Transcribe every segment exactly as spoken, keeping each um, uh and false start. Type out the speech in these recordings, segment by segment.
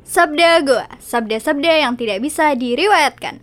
Sabda Goa, sabda-sabda yang tidak bisa diriwayatkan.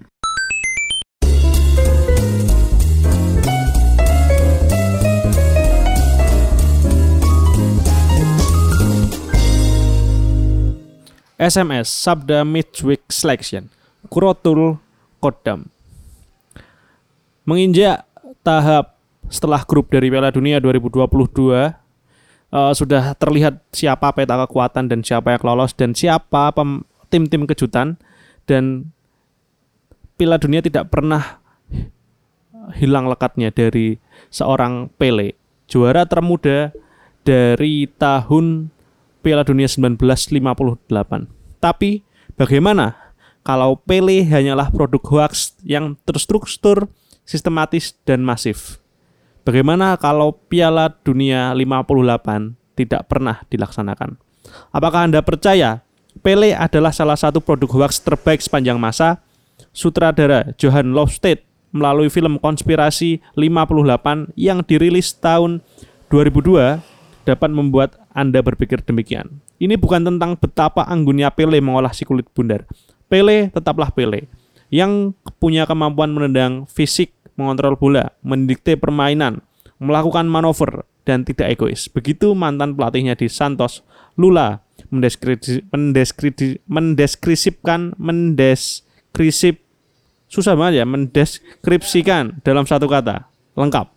S M S Sabda Midweek Selection Quratul Qadam. Menginjak tahap setelah grup dari Piala Dunia dua ribu dua puluh dua, uh, sudah terlihat siapa peta kekuatan dan siapa yang lolos dan siapa pem- tim-tim kejutan, dan Piala Dunia tidak pernah hilang lekatnya dari seorang Pele, juara termuda dari tahun Piala Dunia sembilan belas lima puluh delapan. Tapi bagaimana kalau Pele hanyalah produk hoax yang terstruktur, sistematis, dan masif? Bagaimana kalau Piala Dunia lima puluh delapan tidak pernah dilaksanakan? Apakah Anda percaya Pele adalah salah satu produk hoax terbaik sepanjang masa? Sutradara Johan Lofstad melalui film Konspirasi lima puluh delapan yang dirilis tahun dua ribu dua dapat membuat Anda berpikir demikian. Ini bukan tentang betapa anggunnya Pele mengolah si kulit bundar. Pele tetaplah Pele, yang punya kemampuan menendang fisik, mengontrol bola, mendikte permainan, melakukan manuver, dan tidak egois. Begitu mantan pelatihnya di Santos, Lula, mendeskripsi, mendeskripsi, mendeskripsikan, mendeskrisip, susah banget ya, mendeskripsikan dalam satu kata, lengkap.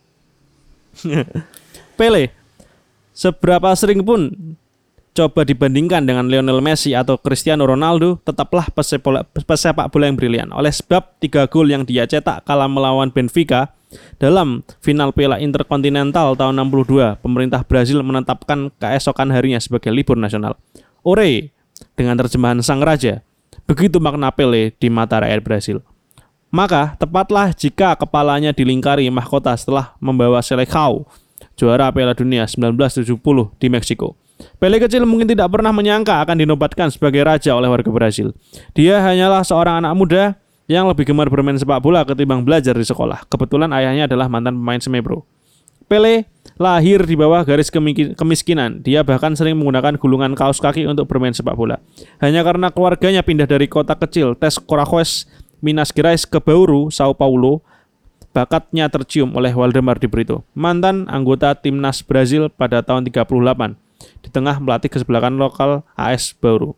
Pele seberapa sering pun coba dibandingkan dengan Lionel Messi atau Cristiano Ronaldo, tetaplah pesepak bola yang brilian. Oleh sebab tiga gol yang dia cetak kala melawan Benfica dalam final Piala Interkontinental tahun enam puluh dua, pemerintah Brazil menetapkan keesokan harinya sebagai libur nasional. Ore, dengan terjemahan Sang Raja. Begitu makna Pele di mata rakyat Brazil. Maka tepatlah jika kepalanya dilingkari mahkota setelah membawa Seleção juara Piala Dunia sembilan belas tujuh puluh di Meksiko. Pele kecil mungkin tidak pernah menyangka akan dinobatkan sebagai raja oleh warga Brasil. Dia hanyalah seorang anak muda yang lebih gemar bermain sepak bola ketimbang belajar di sekolah. Kebetulan ayahnya adalah mantan pemain semipro. Pele lahir di bawah garis kemiskinan. Dia bahkan sering menggunakan gulungan kaos kaki untuk bermain sepak bola. Hanya karena keluarganya pindah dari kota kecil Três Corações, Minas Gerais ke Bauru, Sao Paulo, bakatnya tercium oleh Waldemar de Brito, mantan anggota timnas Brazil pada tahun tiga puluh delapan, di tengah melatih kesebelasan lokal A S Bauru.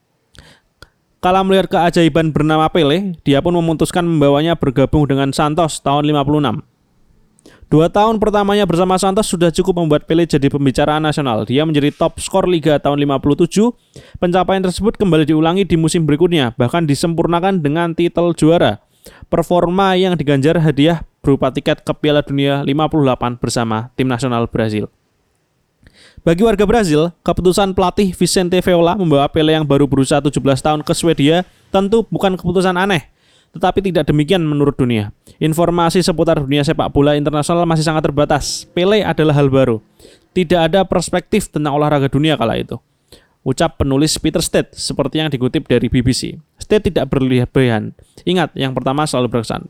Kala melihat keajaiban bernama Pele, dia pun memutuskan membawanya bergabung dengan Santos tahun lima puluh enam. Dua tahun pertamanya bersama Santos sudah cukup membuat Pele jadi pembicaraan nasional. Dia menjadi top skor Liga tahun lima puluh tujuh. Pencapaian tersebut kembali diulangi di musim berikutnya, bahkan disempurnakan dengan titel juara. Performa yang diganjar hadiah berupa tiket ke Piala Dunia lima puluh delapan bersama tim nasional Brazil. Bagi warga Brazil, keputusan pelatih Vicente Feola membawa Pele yang baru berusia tujuh belas tahun ke Swedia tentu bukan keputusan aneh. Tetapi tidak demikian menurut dunia. Informasi seputar dunia sepak bola internasional masih sangat terbatas. Pele adalah hal baru. Tidak ada perspektif tentang olahraga dunia kala itu. Ucap penulis Peter Stead seperti yang dikutip dari B B C. Stead tidak berlebihan. Ingat, yang pertama selalu berkesan.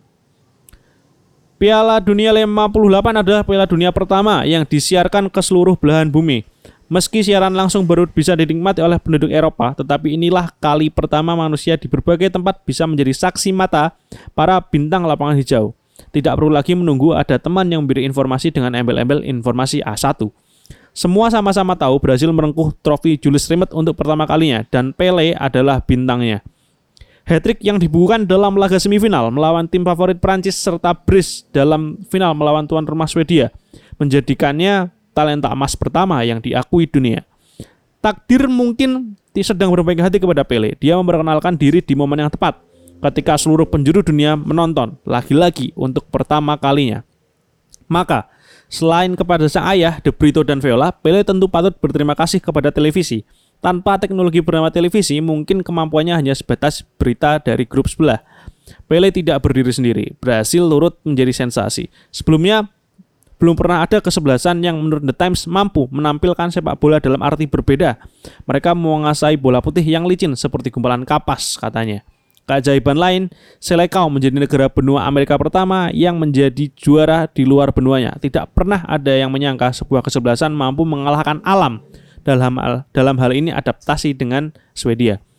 Piala Dunia lima puluh delapan adalah Piala Dunia pertama yang disiarkan ke seluruh belahan bumi. Meski siaran langsung baru bisa dinikmati oleh penduduk Eropa, tetapi inilah kali pertama manusia di berbagai tempat bisa menjadi saksi mata para bintang lapangan hijau. Tidak perlu lagi menunggu ada teman yang memberi informasi dengan embel-embel informasi A satu. Semua sama-sama tahu Brazil merengkuh trofi Jules Rimet untuk pertama kalinya dan Pele adalah bintangnya. Hat-trick yang dibukukan dalam laga semifinal melawan tim favorit Prancis serta brace dalam final melawan tuan rumah Swedia menjadikannya talenta emas pertama yang diakui dunia. Takdir mungkin sedang berbaik hati kepada Pele. Dia memperkenalkan diri di momen yang tepat ketika seluruh penjuru dunia menonton lagi-lagi untuk pertama kalinya. Maka selain kepada sang ayah, De Brito dan Feola, Pele tentu patut berterima kasih kepada televisi. Tanpa teknologi bernama televisi, mungkin kemampuannya hanya sebatas berita dari grup sebelah. Pele tidak berdiri sendiri. Brasil turut menjadi sensasi. Sebelumnya, belum pernah ada kesebelasan yang menurut The Times mampu menampilkan sepak bola dalam arti berbeda. Mereka menguasai bola putih yang licin seperti gumpalan kapas, katanya. Keajaiban lain, Seleção menjadi negara benua Amerika pertama yang menjadi juara di luar benuanya. Tidak pernah ada yang menyangka sebuah kesebelasan mampu mengalahkan alam. Dalam hal, dalam hal ini adaptasi dengan Swedia.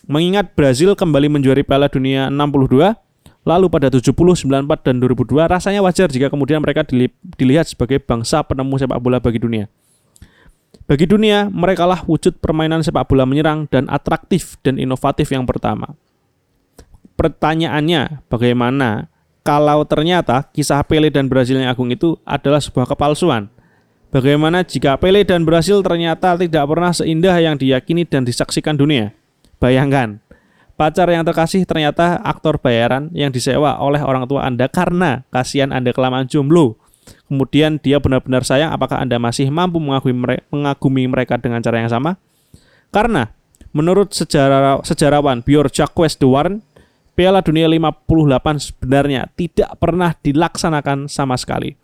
Mengingat Brazil kembali menjuari Piala Dunia enam puluh dua, lalu pada tujuh puluh, sembilan puluh empat, dan dua ribu dua, rasanya wajar jika kemudian mereka dilihat sebagai bangsa penemu sepak bola bagi dunia. Bagi dunia, merekalah wujud permainan sepak bola menyerang dan atraktif dan inovatif yang pertama. Pertanyaannya, bagaimana kalau ternyata kisah Pele dan Brazil yang agung itu adalah sebuah kepalsuan? Bagaimana jika Pele dan Brazil ternyata tidak pernah seindah yang diyakini dan disaksikan dunia? Bayangkan, pacar yang terkasih ternyata aktor bayaran yang disewa oleh orang tua Anda karena kasihan Anda kelamaan jomblo. Kemudian dia benar-benar sayang, apakah Anda masih mampu mengagumi mereka, mengagumi mereka dengan cara yang sama? Karena menurut sejarah, sejarawan Bjorn Jacques de Warne, Piala Dunia lima puluh delapan sebenarnya tidak pernah dilaksanakan sama sekali.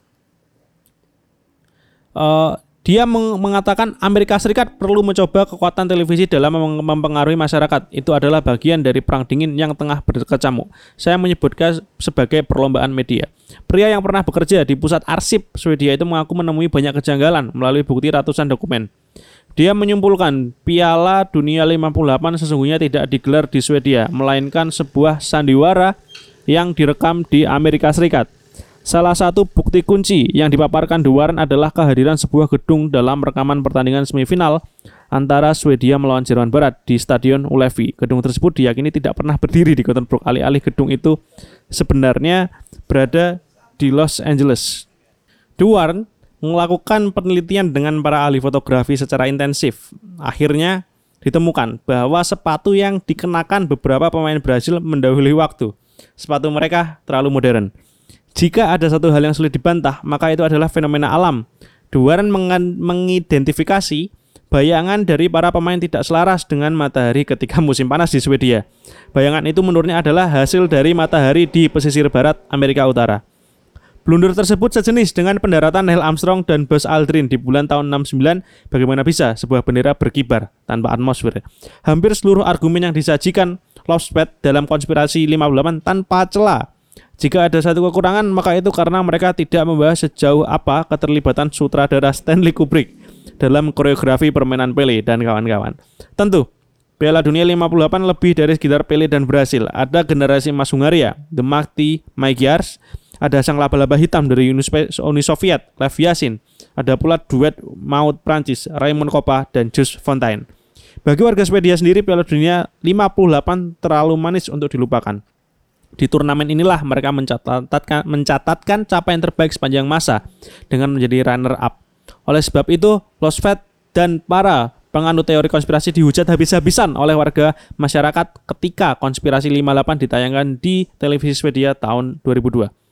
Uh, dia meng- mengatakan Amerika Serikat perlu mencoba kekuatan televisi dalam mem- mempengaruhi masyarakat. Itu adalah bagian dari perang dingin yang tengah berkecamuk. Saya menyebutkan sebagai perlombaan media. Pria yang pernah bekerja di pusat arsip Swedia itu mengaku menemui banyak kejanggalan melalui bukti ratusan dokumen. Dia menyimpulkan Piala Dunia lima puluh delapan sesungguhnya tidak digelar di Swedia, melainkan sebuah sandiwara yang direkam di Amerika Serikat. Salah satu bukti kunci yang dipaparkan de Warne adalah kehadiran sebuah gedung dalam rekaman pertandingan semifinal antara Swedia melawan Jerman Barat di Stadion Ullevi. Gedung tersebut diyakini tidak pernah berdiri di Gothenburg, alih-alih gedung itu sebenarnya berada di Los Angeles. De Warne melakukan penelitian dengan para ahli fotografi secara intensif. Akhirnya ditemukan bahwa sepatu yang dikenakan beberapa pemain Brasil mendahului waktu. Sepatu mereka terlalu modern. Jika ada satu hal yang sulit dibantah, maka itu adalah fenomena alam. De Warne meng- mengidentifikasi bayangan dari para pemain tidak selaras dengan matahari ketika musim panas di Swedia. Bayangan itu menurutnya adalah hasil dari matahari di pesisir barat Amerika Utara. Blunder tersebut sejenis dengan pendaratan Neil Armstrong dan Buzz Aldrin di bulan tahun enam puluh sembilan. Bagaimana bisa sebuah bendera berkibar tanpa atmosfer? Hampir seluruh argumen yang disajikan Lovspeed dalam konspirasi lima puluh delapan tanpa celah. Jika ada satu kekurangan, maka itu karena mereka tidak membahas sejauh apa keterlibatan sutradara Stanley Kubrick dalam koreografi permainan Pele dan kawan-kawan. Tentu, Piala Dunia lima puluh delapan lebih dari sekedar Pele dan Brasil. Ada generasi emas Hungaria, The Mighty Magyars, ada sang laba-laba hitam dari Uni Soviet, Lev Yashin, ada pula duet maut Prancis, Raymond Kopa dan Jules Fontaine. Bagi warga Swedia sendiri, Piala Dunia lima puluh delapan terlalu manis untuk dilupakan. Di turnamen inilah mereka mencatatkan, mencatatkan capaian terbaik sepanjang masa dengan menjadi runner-up. Oleh sebab itu, Lovspeed dan para penganut teori konspirasi dihujat habis-habisan oleh warga masyarakat ketika konspirasi lima puluh delapan ditayangkan di televisi Swedia tahun dua ribu dua.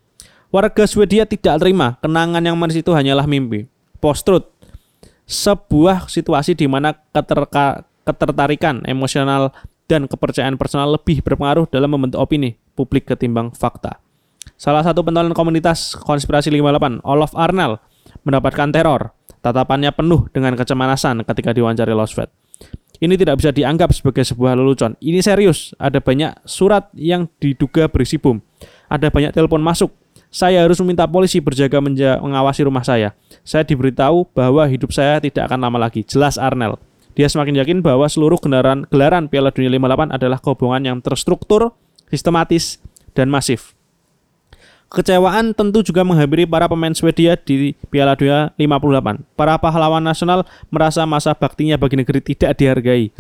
Warga Swedia tidak terima kenangan yang manis itu hanyalah mimpi. Post-truth, sebuah situasi di mana keterka, ketertarikan emosional dan kepercayaan personal lebih berpengaruh dalam membentuk opini publik ketimbang fakta. Salah satu pentolan komunitas konspirasi lima puluh delapan, Olof Arnell, mendapatkan teror. Tatapannya penuh dengan kecemasan ketika diwawancari Lovspeed. Ini tidak bisa dianggap sebagai sebuah lelucon. Ini serius. Ada banyak surat yang diduga berisi bom. Ada banyak telepon masuk. Saya harus meminta polisi berjaga menja- mengawasi rumah saya. Saya diberitahu bahwa hidup saya tidak akan lama lagi. Jelas Arnell. Dia semakin yakin bahwa seluruh gelaran, gelaran Piala Dunia lima puluh delapan adalah kebohongan yang terstruktur, sistematis, dan masif. Kekecewaan tentu juga menghampiri para pemain Swedia di Piala Dunia lima puluh delapan. Para pahlawan nasional merasa masa baktinya bagi negeri tidak dihargai.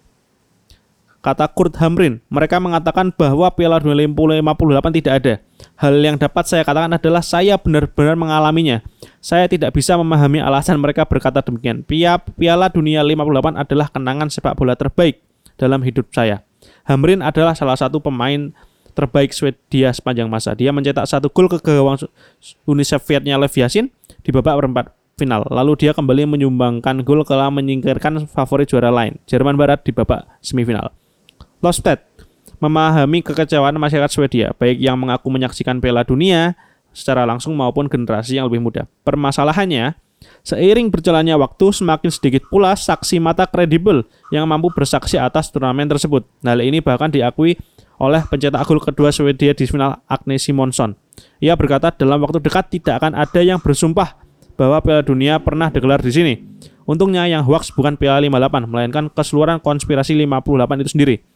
Kata Kurt Hamrin, mereka mengatakan bahwa Piala Dunia lima puluh delapan tidak ada. Hal yang dapat saya katakan adalah saya benar-benar mengalaminya. Saya tidak bisa memahami alasan mereka berkata demikian. Piala Dunia lima puluh delapan adalah kenangan sepak bola terbaik dalam hidup saya. Hamrin adalah salah satu pemain terbaik Swedia sepanjang masa. Dia mencetak satu gol ke gawang Uni Sovietnya Lev Yashin di babak perempat final. Lalu dia kembali menyumbangkan gol kala menyingkirkan favorit juara lain, Jerman Barat, di babak semifinal. Lovspeed memahami kekecewaan masyarakat Swedia, baik yang mengaku menyaksikan Piala Dunia secara langsung maupun generasi yang lebih muda. Permasalahannya, seiring berjalannya waktu, semakin sedikit pula saksi mata kredibel yang mampu bersaksi atas turnamen tersebut. Hal ini bahkan diakui oleh pencetak gol kedua Swedia di final, Agne Simonsson. Ia berkata dalam waktu dekat tidak akan ada yang bersumpah bahwa Piala Dunia pernah digelar di sini. Untungnya yang hoax bukan Piala lima puluh delapan, melainkan keseluruhan konspirasi lima puluh delapan itu sendiri.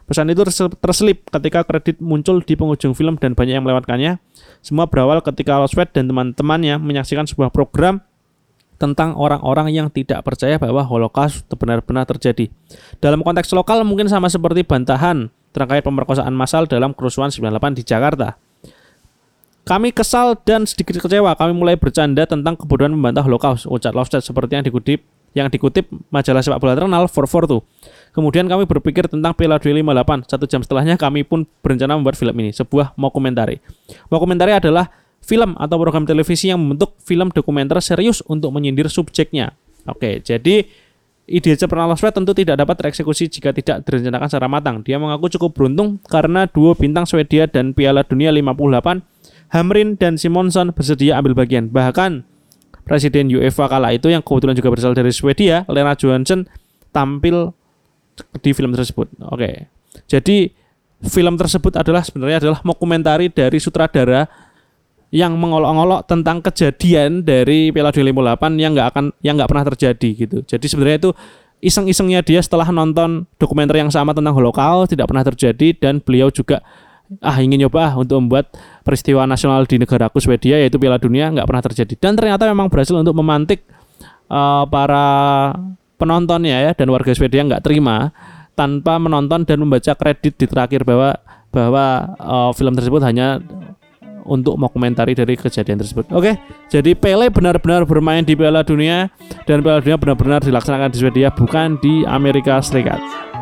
Pesan itu terselip ketika kredit muncul di penghujung film dan banyak yang melewatkannya. Semua berawal ketika Lauswed dan teman-temannya menyaksikan sebuah program tentang orang-orang yang tidak percaya bahwa Holocaust benar-benar terjadi. Dalam konteks lokal mungkin sama seperti bantahan terkait pemerkosaan massal dalam kerusuhan sembilan puluh delapan di Jakarta. Kami kesal dan sedikit kecewa. Kami mulai bercanda tentang kebodohan membantah Holocaust, ujar Lauswed seperti yang dikutip yang dikutip majalah sepak bola terkenal four forty-two. Kemudian kami berpikir tentang Piala Dunia lima puluh delapan. Satu jam setelahnya kami pun berencana membuat film ini, sebuah mockumentary. Mockumentary adalah film atau program televisi yang membentuk film dokumenter serius untuk menyindir subjeknya. Oke, jadi ide Ronald Lauswed tentu tidak dapat tereksekusi jika tidak direncanakan secara matang. Dia mengaku cukup beruntung karena duo bintang Swedia dan Piala Dunia lima puluh delapan, Hamrin dan Simonsson bersedia ambil bagian. Bahkan Presiden UEFA kala itu yang kebetulan juga berasal dari Swedia, Lennart Johansson, tampil di film tersebut. Oke. Jadi film tersebut adalah sebenarnya adalah mockumentary dari sutradara yang mengolok-olok tentang kejadian dari Piala Dunia lima puluh delapan yang nggak akan yang nggak pernah terjadi gitu. Jadi sebenarnya itu iseng-isengnya dia setelah nonton dokumenter yang sama tentang Holocaust, tidak pernah terjadi, dan beliau juga ah ingin nyoba untuk membuat peristiwa nasional di negaraku Swedia yaitu Piala Dunia nggak pernah terjadi, dan ternyata memang berhasil untuk memantik uh, para penontonnya ya dan warga Swedia nggak terima tanpa menonton dan membaca kredit di terakhir bahwa bahwa uh, film tersebut hanya untuk mockumentary dari kejadian tersebut. Oke, jadi Pele benar-benar bermain di Piala Dunia dan Piala Dunia benar-benar dilaksanakan di Swedia, bukan di Amerika Serikat.